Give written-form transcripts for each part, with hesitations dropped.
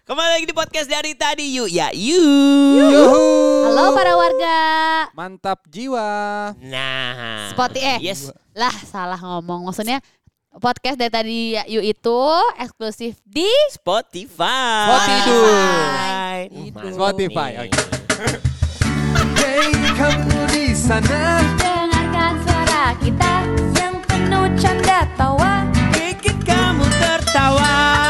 Kembali lagi di podcast dari tadi yuk ya Yuhu. Halo para warga. Mantap jiwa. Nah Yes. Lah salah ngomong. Maksudnya podcast dari tadi yuk itu eksklusif di Spotify. Spotify. Oke. Hey kamu di sana. Dengarkan suara kita yang penuh canda tawa. Bikin kamu tertawa.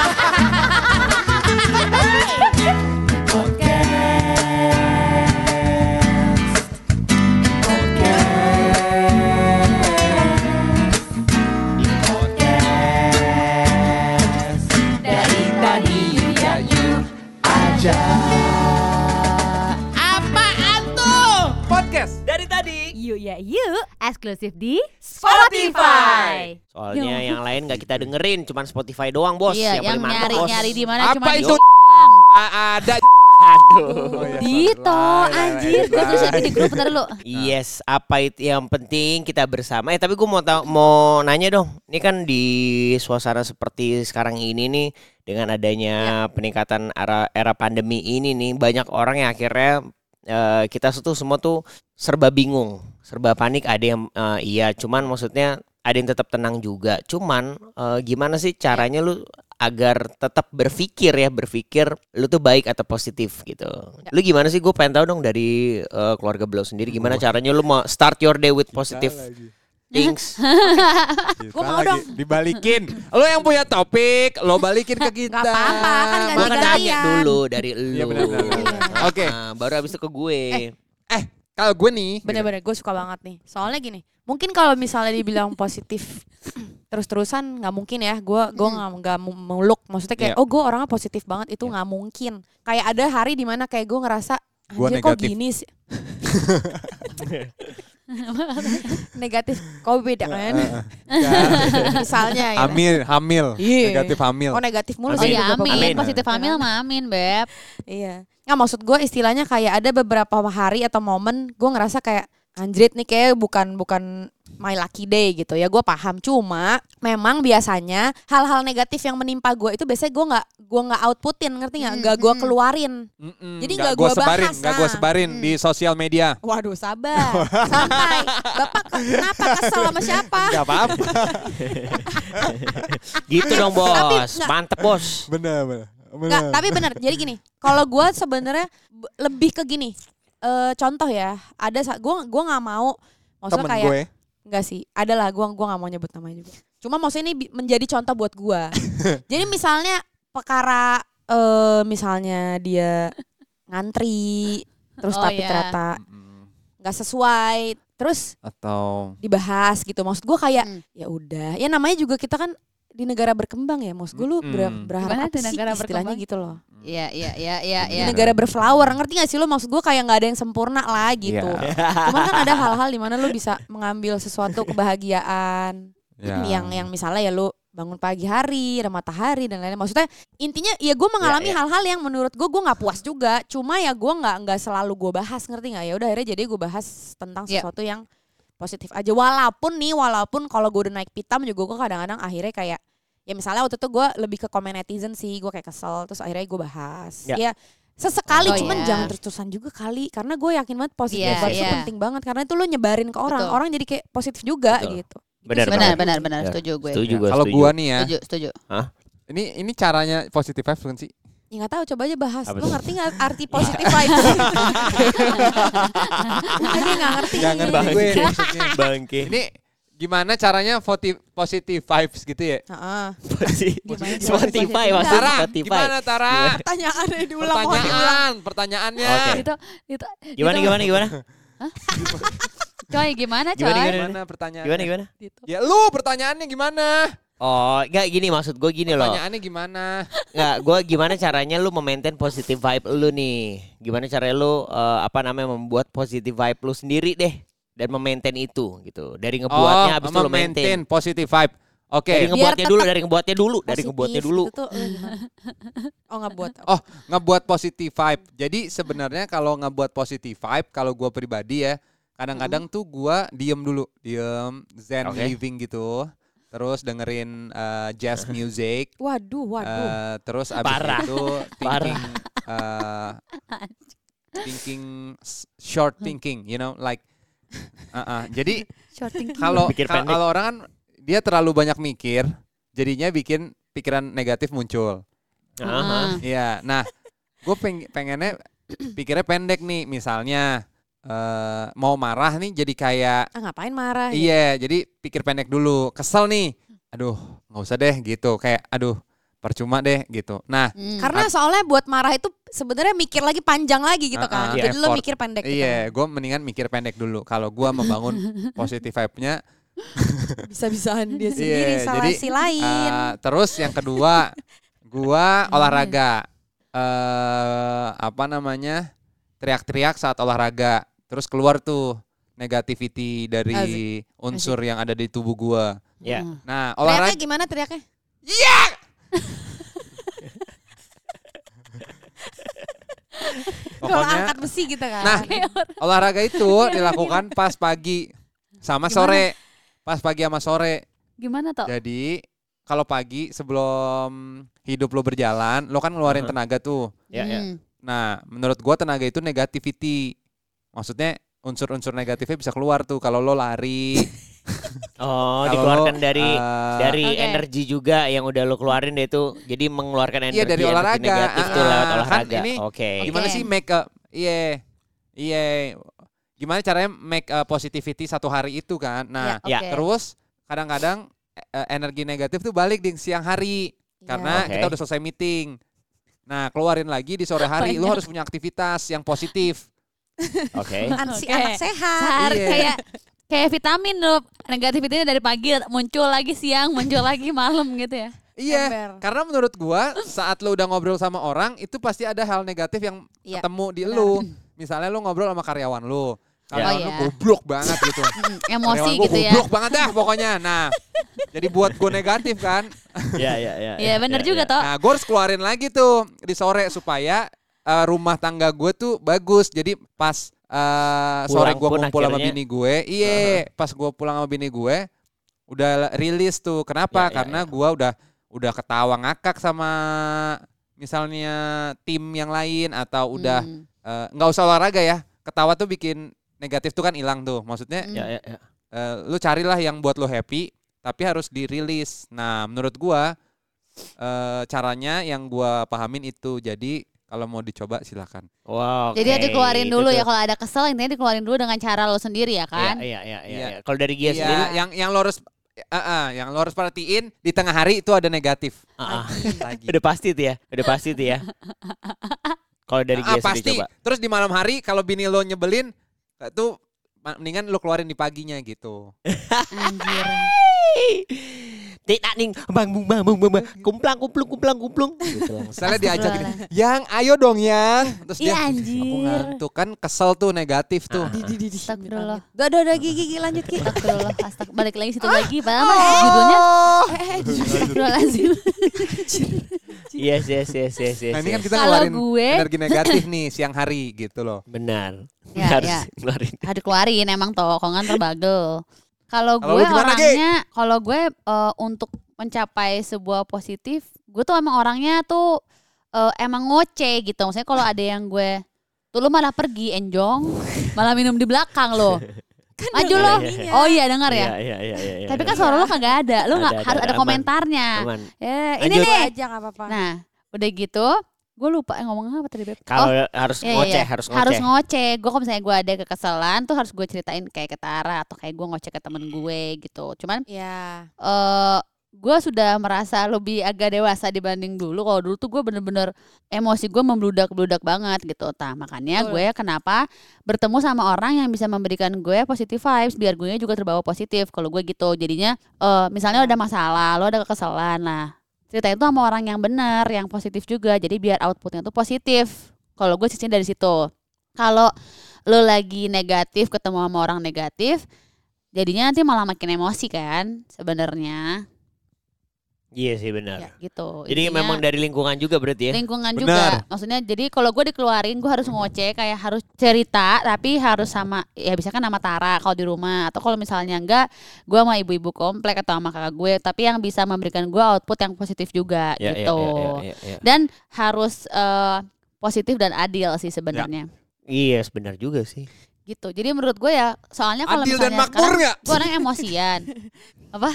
Apaan tuh? Podcast. Dari tadi. Yuk ya yuk eksklusif di Spotify. Soalnya yang lain gak kita dengerin, cuman Spotify doang bos. Iya, yang paling mantap, bos. nyari di mana cuma Apa di itu? doang. Ada. Aduh. Oh, iya, Dito sorry. anjir, gue tuh sampai di grup bentar lu. Yes, apa itu yang penting kita bersama. Tapi gue mau nanya dong. Ini kan di suasana seperti sekarang ini nih, dengan adanya peningkatan era pandemi ini nih, banyak orang yang akhirnya kita tuh semua tuh serba bingung, serba panik. Ada yang iya, cuman maksudnya ada yang tetap tenang juga. Cuman gimana sih caranya lu agar tetap berpikir lu tuh baik atau positif gitu. Lu gimana sih? Gue pengen tahu dong dari keluarga Blau sendiri gimana caranya lu mau start your day with positive things. Gua mau dong. Dibalikin. Lo yang punya topik, lo balikin ke kita. Gak apa-apa, kan Gue ganti-gantian. kan tanya dulu dari lu. Iya benar. Oke. Nah, baru habis itu ke gue. Kalau gue nih, Bener-bener gue suka banget nih. Soalnya gini, mungkin kalau misalnya dibilang positif terus-terusan nggak mungkin ya. Gue nggak muluk. Maksudnya kayak Iya. gue orangnya positif banget itu nggak mungkin. Kayak ada hari dimana kayak gue ngerasa Gua anjir kok negatif. gini sih. Negatif COVID kan. Misalnya ya. hamil. Iya. Negatif hamil. Oh negatif mulu Oh sih. iya beberapa amin, bulan. positif hamil mah amin beb. Iya. Nggak maksud gue istilahnya kayak ada beberapa hari atau momen gue ngerasa kayak anjrit nih kayak bukan my lucky day gitu ya, gue paham. Cuma memang biasanya hal-hal negatif yang menimpa gue itu biasanya gue nggak outputin, ngerti nggak gue keluarin. Jadi nggak nggak gua sebarin, bahas, nggak gue nah. sebarin di sosial media. Waduh sabar, santai. Bapak kenapa kesel sama siapa? Gak apa-apa. Gitu dong bos. nggak- Mantep bos. Bener. Nggak, tapi benar. Jadi gini, kalau gue sebenarnya lebih ke gini. Contoh ya, ada gue nggak mau, maksudnya Temen kayak gue. enggak sih, adalah gue nggak mau nyebut namanya juga. Cuma maksudnya ini menjadi contoh buat gue. Jadi misalnya perkara misalnya dia ngantri terus Oh, tapi iya. ternyata nggak sesuai, terus Atau dibahas gitu. Maksud gue kayak ya udah, ya namanya juga kita kan di negara berkembang ya. Maksud gue lu berharap Gimana apa tuh sih negara istilahnya berkembang? gitu loh. Iya. Di negara berflower, ngerti gak sih lu? Maksud gue kayak nggak ada yang sempurna lah gitu. Iya. Cuman kan ada hal-hal di mana lu bisa mengambil sesuatu kebahagiaan yang misalnya ya lu bangun pagi hari, ada matahari dan lain-lain. Maksudnya intinya ya gue mengalami hal-hal yang menurut gue nggak puas juga. Cuma ya gue nggak selalu gue bahas, ngerti nggak? Ya udah akhirnya jadi gue bahas tentang sesuatu yang positif aja. Walaupun kalau gue udah naik pitam juga gue kadang-kadang akhirnya kayak ya misalnya waktu itu gue lebih ke komen netizen sih, gue kayak kesel terus akhirnya gue bahas. Ya sesekali, Oh, cuman iya. jangan terus-terusan juga kali, karena gue yakin banget positif Iya, vibes itu iya. penting banget karena itu lo nyebarin ke orang, Betul. orang jadi kayak positif juga Betul. gitu. Benar. Benar, setuju gue. Setuju gue. Kalau gua nih ya, Setuju. ini caranya positive vibes bukan sih? Ya nggak tahu, coba aja bahas. Apa Lo tuh? ngerti nggak arti positive vibes? Dia nggak ngerti. Gak ngerti gue maksudnya. Bangke. Ini gimana caranya positive vibes gitu ya? Heeh. Spotify Gimana? maksud Tara, Spotify. gimana Tara? Pertanyaannya diulang, mohon diulang. Pertanyaannya. Oke. Itu Gimana? Coy, gimana coy? Gimana? Gimana pertanyaannya? Gimana? Ya lu pertanyaannya gimana? Oh, enggak gini maksud gue gini loh. Pertanyaannya gimana? Enggak, gue gimana caranya lu memaintain positive vibe lu nih? Gimana caranya lu membuat positive vibe lu sendiri deh dan memaintain itu gitu. Dari ngebuatnya habis itu lu maintain. positive vibe. Oke. Dari ngebuatnya Biar dulu, tetap dari ngebuatnya dulu. Positif gitu tuh, gimana? Oh ngebuat. Oh, ngebuat positive vibe. Jadi sebenarnya kalau ngebuat positive vibe, kalau gue pribadi ya, kadang-kadang tuh gue diem dulu, zen Oke. living gitu. terus dengerin jazz music. Waduh. Terus abis Parah. itu thinking short thinking, like jadi kalau Pikir pendek. orang kan dia terlalu banyak mikir, jadinya bikin pikiran negatif muncul. Aha. Iya, nah gue pengennya pikirnya pendek nih, misalnya mau marah nih jadi kayak Ngapain marah? iya, jadi pikir pendek dulu. Kesel nih, aduh nggak usah deh gitu, kayak aduh percuma deh gitu. Nah, Karena soalnya buat marah itu sebenarnya mikir lagi panjang lagi gitu kan. iya, Jadi lo effort. mikir pendek gitu. iya, gue mendingan mikir pendek dulu. Kalau gue membangun positive vibe-nya, Bisa-bisaan dia sendiri iya, salah jadi, si lain. terus yang kedua, gue olahraga. Teriak-teriak saat olahraga. Terus keluar tuh negativity dari unsur yang ada di tubuh gue. Ya. Nah, Teriaknya olahraga. gimana teriaknya? Kalau Pokoknya, angkat besi gitu kan. nah, olahraga itu dilakukan pas pagi sama sore. Pas pagi sama sore. Gimana toh? Jadi kalau pagi sebelum hidup lo berjalan, lo kan ngeluarin tenaga tuh. Ya, ya. Nah, menurut gua tenaga itu negativity. Maksudnya unsur-unsur negatifnya bisa keluar tuh kalau lo lari. Oh, Kalau dikeluarkan lo, dari Oke. energi juga yang udah lo keluarin deh itu. Jadi mengeluarkan energi, Iya, dari energi olahraga. negatif tuh lewat Kan olahraga. ini Oke. gimana Oke. sih make up? Iya. Gimana caranya make positivity satu hari itu kan? Nah, Ya. Oke. terus kadang-kadang energi negatif tuh balik di siang hari karena Oke. kita udah selesai meeting. Nah, keluarin lagi di sore hari, lu harus punya aktivitas yang positif. Oke. Oke. Anak sehat. Sehari Iya. kayak vitamin loh. Negativitinya dari pagi muncul lagi siang, muncul lagi malam gitu ya. Iya, Ember. karena menurut gua saat lu udah ngobrol sama orang itu pasti ada hal negatif yang Iya, ketemu di benar. lu. Misalnya lu ngobrol sama karyawan lu. Karyawan lu iya. goblok banget gitu. Emosi Karyawan gua gitu ya. goblok banget dah pokoknya. Nah, jadi buat gua negatif kan. Ya, ya, ya. Iya bener juga toh. Nah, gue harus keluarin lagi tuh di sore supaya rumah tangga gue tuh bagus. Jadi pas sore Pulang gue pun ngumpul sama akhirnya- bini gue, pas gue pulang sama bini gue, udah rilis tuh. Kenapa? Ya, ya, Karena gue udah ketawa ngakak sama misalnya tim yang lain atau udah nggak usah olahraga ya. Ketawa tuh bikin negatif tuh kan hilang tuh. Maksudnya Ya, ya, ya. lu carilah yang buat lu happy, tapi harus dirilis. Nah, menurut gua caranya yang gua pahamin itu. Jadi kalau mau dicoba silakan. Wow. Jadi oke. dikeluarin Itu dulu tuh. ya kalau ada kesel intinya dikeluarin dulu dengan cara lo sendiri ya kan. Iya, iya, iya, Iya. iya. Kalau dari Gia sendiri, yang lo harus yang lo harus perhatiin di tengah hari itu ada negatif. Lagi. udah pasti tuh ya. Udah pasti tuh ya. Kalau dari Gia sendiri Pasti. coba. Terus di malam hari kalau bini lo nyebelin, tuh mendingan lo keluarin di paginya gitu. Anjir. Tidak ning bang kumplang gitu langsung. Misalnya diajak gini, yang ayo dong yang. Terus Iya dia, anjir. aku ngantuk kan kesel tuh negatif tuh. Astagfirullah. Udah Gigi lanjut Ki. Astagfirullah. Balik lagi situ lagi. Padahal mah judulnya Astagfirullahaladzim. Yes. Nah ini kan kita Kalau ngeluarin gue- energi negatif nih siang hari gitu loh. Benar. Ya, Harus ya. keluarin. Harus keluarin emang toh, kalau nggak terbagel. Kalau Kalau gue lu gimana, Gi? orangnya, kalau gue untuk mencapai sebuah positif, gue tuh emang orangnya tuh emang ngoceh gitu. Maksudnya kalau ada yang gue, tuh lu malah pergi enjong, malah minum di belakang lo. Maju lo. Iya. Oh iya dengar ya. Iya. Tapi kan suara lo kagak ada, lo nggak Ada, harus ada aman. komentarnya. Aman. Ini Lanjut. nih. Aja nggak apa-apa. Nah, udah gitu, gue lupa ngomong apa tadi Beb. Kalau harus Iya, ngoceh, iya. harus Harus ngoceh. ngoceh. Gue kalau misalnya gue ada kekesalan tuh harus gue ceritain kayak ke Tara atau kayak gue ngoceh ke temen gue gitu. Cuman Ya. gue sudah merasa lebih agak dewasa dibanding dulu. Kalau dulu tuh gue bener-bener emosi gue membludak-bludak banget gitu. Nah makanya Betul. gue kenapa bertemu sama orang yang bisa memberikan gue positive vibes biar gue juga terbawa positif. Kalau gue gitu jadinya misalnya lo ada masalah, lo ada kekesalan, nah ceritain tuh sama orang yang benar, yang positif juga. Jadi biar outputnya tuh positif. Kalau gue sisinya dari situ. Kalau lo lagi negatif ketemu sama orang negatif, jadinya nanti malah makin emosi kan sebenarnya. Iya sih benar. Ya, gitu. Jadi Intinya, memang dari lingkungan juga berarti ya. lingkungan Benar. juga. Maksudnya jadi kalau gue dikeluarin gue harus ngoceh, kayak harus cerita tapi harus sama, ya bisa kan sama Tara kalau di rumah, atau kalau misalnya enggak gue sama ibu-ibu komplek atau sama kakak gue, tapi yang bisa memberikan gue output yang positif juga Ya, gitu. ya. Dan harus positif dan adil sih sebenarnya. Iya, benar juga sih. Gitu. Jadi menurut gue ya, soalnya kalau Adil dan misalnya makmur sekarang nggak? gue orang emosian. Apa?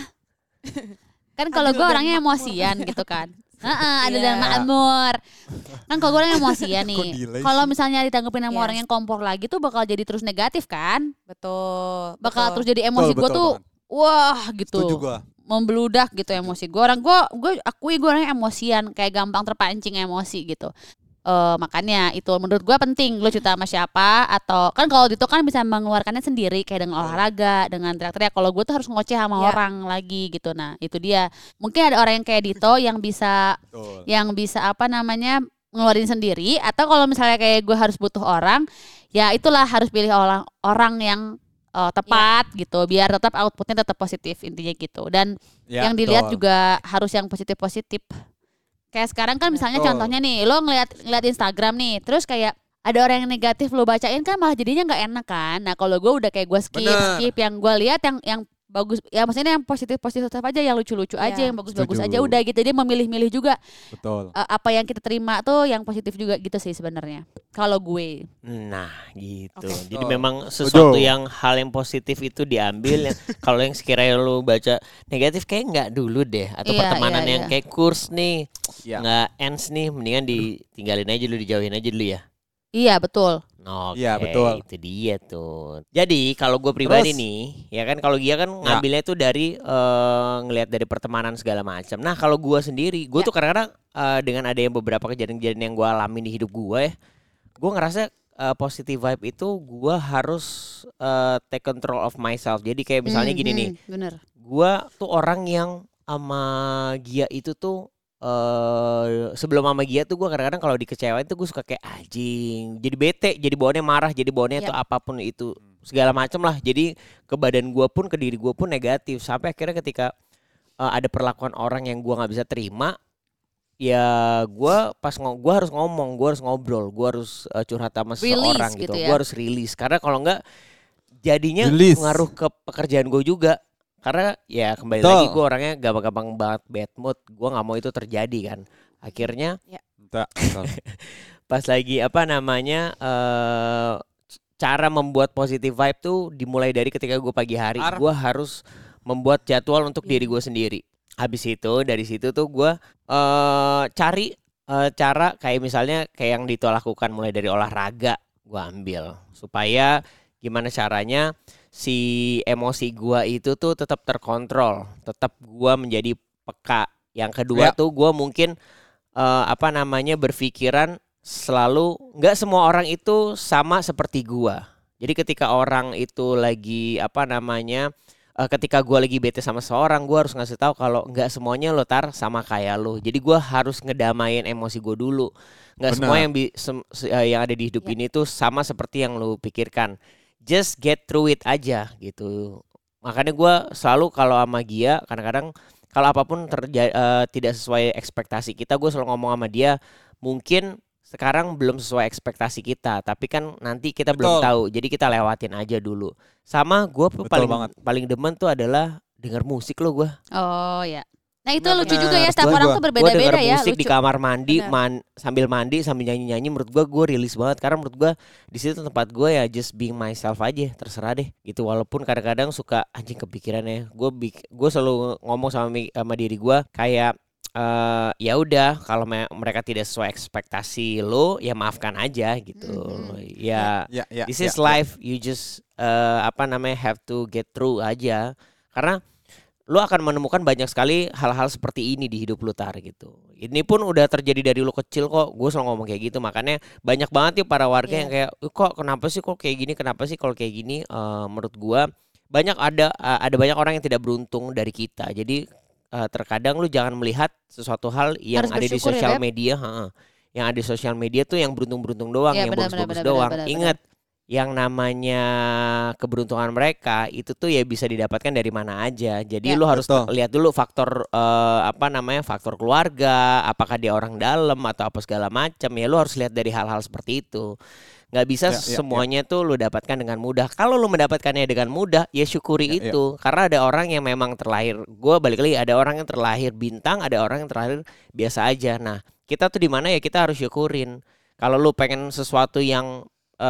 Kan kalau gue orangnya emosian gitu kan. Adil dan Iya. makmur. Kan kalau gue orangnya emosian Kok nih. delay Kalau sih? misalnya ditanggepin sama Yes. orang yang kompor lagi tuh bakal jadi terus negatif kan? Betul. Bakal betul. terus jadi emosi gue Betul tuh banget. wah gitu. Setuju gua. Membludak gitu emosi gue. Gue akui gue orangnya emosian, kayak gampang terpancing emosi gitu. Makanya itu menurut gue penting lu cerita sama siapa, atau kan kalau itu kan bisa mengeluarkannya sendiri kayak dengan olahraga, dengan teriak-teriak. Kalau gue tuh harus ngoceh sama Ya. orang lagi gitu. Nah itu dia, mungkin ada orang yang kayak Dito yang bisa Betul. apa namanya ngeluarin sendiri, atau kalau misalnya kayak gue harus butuh orang, ya itulah harus pilih orang yang tepat gitu, biar tetap outputnya tetap positif, intinya gitu. Dan Ya, yang dilihat betul. juga harus yang positif-positif. Kayak sekarang kan misalnya Betul. contohnya nih, lo ngeliat Instagram nih, terus kayak ada orang yang negatif lo bacain kan malah jadinya nggak enak kan. Nah kalau gue udah kayak gue Bener. skip yang gue lihat yang bagus, ya maksudnya yang positif aja, yang lucu-lucu aja, Iya. yang bagus-bagus Setuju. aja udah gitu. Dia memilih-milih juga Betul. apa yang kita terima tuh yang positif juga gitu sih sebenarnya. Kalau gue. Nah, gitu. Oke. Jadi Oh. memang sesuatu Setuju. yang hal yang positif itu diambil. Kalau yang sekiranya lu baca negatif kayak nggak dulu deh. Atau Iya, pertemanan iya, yang iya. kayak kurs nih Ya. nggak ends nih, mendingan ditinggalin aja dulu, dijauhin aja dulu ya. Iya betul. Oke, Iya, betul. itu dia tuh. Jadi kalau gue pribadi Terus? nih, ya kan kalau Gia kan ngambilnya tuh dari ngelihat dari pertemanan segala macam. Nah kalau gue sendiri, gue Ya. tuh kadang-kadang dengan ada yang beberapa kejadian-kejadian yang gue alami di hidup gue ya, gue ngerasa positive vibe itu gue harus take control of myself. Jadi kayak misalnya gini nih, Bener. gue tuh orang yang sama Gia itu tuh sebelum sama Gia tuh gue kadang-kadang kalau dikecewain tuh gue suka kayak anjing, jadi bete, jadi bawaannya marah, jadi bawaannya Yap. tuh apapun itu segala macem lah. Jadi ke badan gue pun, ke diri gue pun negatif, sampai akhirnya ketika ada perlakuan orang yang gue nggak bisa terima, ya gue gue harus ngomong, gue harus ngobrol, gue harus curhat sama Release seseorang gitu, gitu ya. gue harus rilis, karena kalau enggak jadinya Release. ngaruh ke pekerjaan gue juga. Karena ya kembali Betul. lagi gue orangnya gampang-gampang banget bad mood. Gue nggak mau itu terjadi kan. Akhirnya Betul. Betul. pas lagi apa namanya cara membuat positive vibe tuh dimulai dari ketika gue pagi hari. Gue harus membuat jadwal untuk diri gue sendiri. Habis itu dari situ tuh gue cari cara kayak misalnya kayak yang Dito lakukan, mulai dari olahraga gue ambil supaya gimana caranya si emosi gua itu tuh tetap terkontrol, tetap gua menjadi peka. Yang kedua Ya. tuh gua mungkin berpikiran selalu nggak semua orang itu sama seperti gua. Jadi ketika orang itu lagi ketika gua lagi bete sama seorang, gua harus ngasih tahu kalau nggak semuanya lo sama kayak lo. Jadi gua harus ngedamain emosi gua dulu. Nggak semua Benar. yang ada di hidup ini tuh sama seperti yang lo pikirkan. Just get through it aja gitu. Makanya gue selalu kalau sama Gia kadang-kadang kalau apapun tidak sesuai ekspektasi kita, gue selalu ngomong sama dia, mungkin sekarang belum sesuai ekspektasi kita, tapi kan nanti kita belum Betul. tahu, jadi kita lewatin aja dulu. Sama gue Betul banget. paling demen tuh adalah denger musik lo gue. Oh ya. Nah itu Bener, lucu bener. juga ya, setiap Setuju orang gua. tuh Gue denger berbeda-beda ya. musik di Lucu. kamar mandi, Benar. sambil mandi sambil nyanyi-nyanyi. Menurut gue rilis banget, karena menurut gue di situ tempat gue ya just being myself aja, terserah deh gitu. Walaupun kadang-kadang suka anjing kepikiran ya. Gue selalu ngomong sama diri gue kayak ya udah, kalau mereka tidak sesuai ekspektasi lo, ya maafkan aja gitu. Ya Ya, this is life, you just have to get through aja. Karena lu akan menemukan banyak sekali hal-hal seperti ini di hidup lu Tar gitu. Ini pun udah terjadi dari lu kecil kok. Gue selalu ngomong kayak gitu. Makanya banyak banget ya para warga yang kayak kok kenapa sih kok kayak gini, kenapa sih kalau kayak gini. Menurut gue banyak ada banyak orang yang tidak beruntung dari kita. Jadi terkadang lu jangan melihat sesuatu hal yang Harus ada di bersyukur ya, sosial Beb. media. Yang ada di sosial media tuh yang beruntung-beruntung doang, Iya, yang benar, bagus-bagus benar, doang. benar, Ingat, yang namanya keberuntungan mereka itu tuh ya bisa didapatkan dari mana aja. Jadi lu harus lihat dulu faktor faktor keluarga, apakah dia orang dalam atau apa segala macam. Ya lu harus lihat dari hal-hal seperti itu. Nggak bisa semuanya tuh lu dapatkan dengan mudah. Kalau lu mendapatkannya dengan mudah, ya syukuri itu. Karena ada orang yang memang terlahir, gue balik lagi, ada orang yang terlahir bintang, ada orang yang terlahir biasa aja. Nah, kita tuh di mana ya kita harus syukurin. Kalau lu pengen sesuatu yang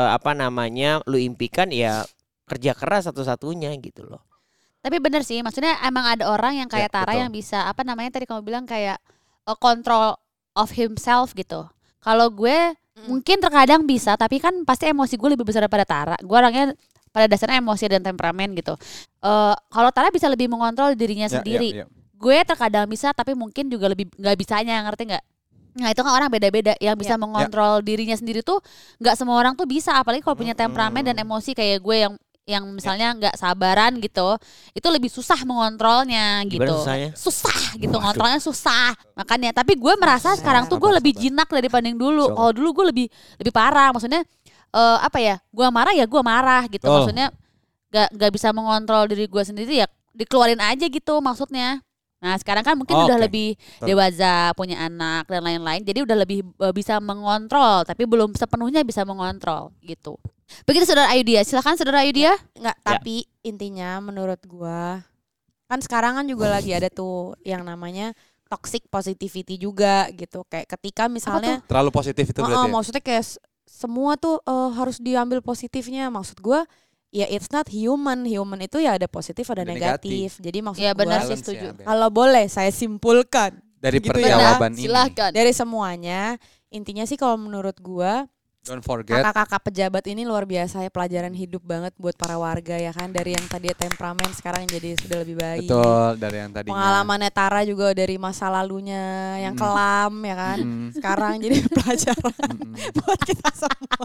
lu impikan, ya kerja keras satu-satunya gitu loh. Tapi bener sih, maksudnya emang ada orang yang kayak Tara yang bisa tadi kamu bilang kayak control of himself gitu. Kalau gue mungkin terkadang bisa, tapi kan pasti emosi gue lebih besar daripada Tara. Gue orangnya pada dasarnya emosi dan temperamen gitu. Kalau Tara bisa lebih mengontrol dirinya sendiri. Gue terkadang bisa, tapi mungkin juga lebih nggak bisanya, ngerti nggak? Nah itu kan orang beda-beda. Yang bisa mengontrol dirinya sendiri tuh nggak semua orang tuh bisa. Apalagi kalau punya temperamen dan emosi kayak gue yang misalnya nggak sabaran gitu, itu lebih susah mengontrolnya gitu. Susah gitu, ngontrolnya susah. Makanya, tapi gue merasa sekarang tuh gue lebih jinak daripada yang dulu. Kalau dulu gue lebih parah. Maksudnya gue marah ya gue marah gitu. Maksudnya nggak bisa mengontrol diri gue sendiri, ya dikeluarin aja gitu maksudnya. Nah sekarang kan mungkin udah lebih dewasa, punya anak dan lain-lain, jadi udah lebih bisa mengontrol, tapi belum sepenuhnya bisa mengontrol gitu. Begitu Saudara Ayudhya, silakan Saudara Ayudhya. Enggak, tapi intinya menurut gua kan sekarang kan juga lagi ada tuh yang namanya toxic positivity juga gitu. Kayak ketika misalnya terlalu positif itu berarti. Maksudnya kayak semua tuh harus diambil positifnya. Maksud gua ya it's not human. Human itu ya ada positif ada negatif. Jadi maksud ya, gue benar sih, setuju. Kalau boleh saya simpulkan dari gitu perjawaban ini. Silakan. Dari semuanya, intinya sih kalau menurut gue don't forget kakak-kakak pejabat ini luar biasa ya, pelajaran hidup banget buat para warga ya kan. Dari yang tadi temperamen sekarang jadi sudah lebih baik. Betul, dari yang tadinya. Pengalamannya Tara juga dari masa lalunya yang kelam ya kan. Sekarang jadi pelajaran buat kita semua.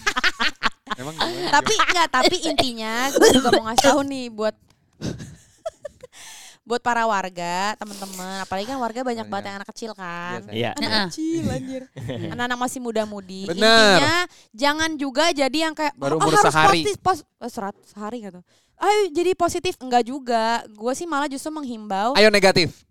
Tapi intinya gue juga mau ngasih tahu nih buat para warga, teman-teman, apalagi kan warga banyak banget yang anak kecil kan. Iya. Anak kecil anjir. Anak-anak masih muda-mudi. Bener. Intinya jangan juga jadi yang kayak baru umur harus sehari. Sehari gitu. Ayo jadi positif, enggak juga. Gue sih malah justru menghimbau. Ayo negatif.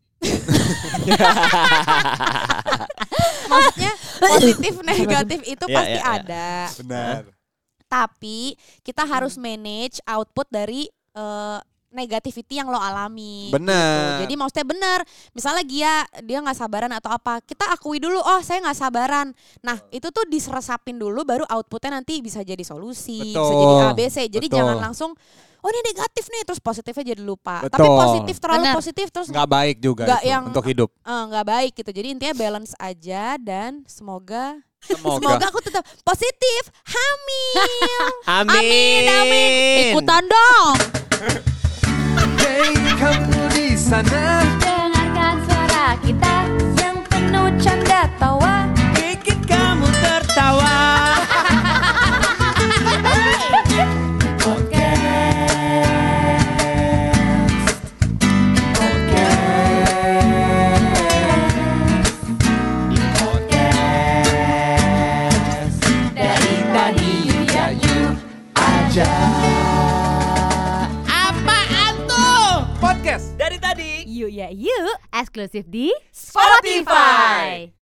Maksudnya positif negatif itu pasti ada. Benar. Tapi kita harus manage output dari negativity yang lo alami. Benar. Gitu. Jadi maksudnya benar. Misalnya dia nggak sabaran atau apa, kita akui dulu. Oh saya nggak sabaran. Nah itu tuh diseresapin dulu, baru outputnya nanti bisa jadi solusi, bisa jadi ABC. Jadi jangan langsung oh ini negatif nih terus positifnya jadi lupa. Tapi positif terlalu positif terus nggak baik juga itu untuk hidup. Nggak baik gitu. Jadi intinya balance aja dan semoga aku tetap positif. Amin. Ikutan dong. Hey kamu di sana, dengarkan suara kita yang penuh canda tawa, bikin kamu tertawa. dari tadi ya you aja. Podcast Dari tadi. Yuk ya yuk, eksklusif di Spotify.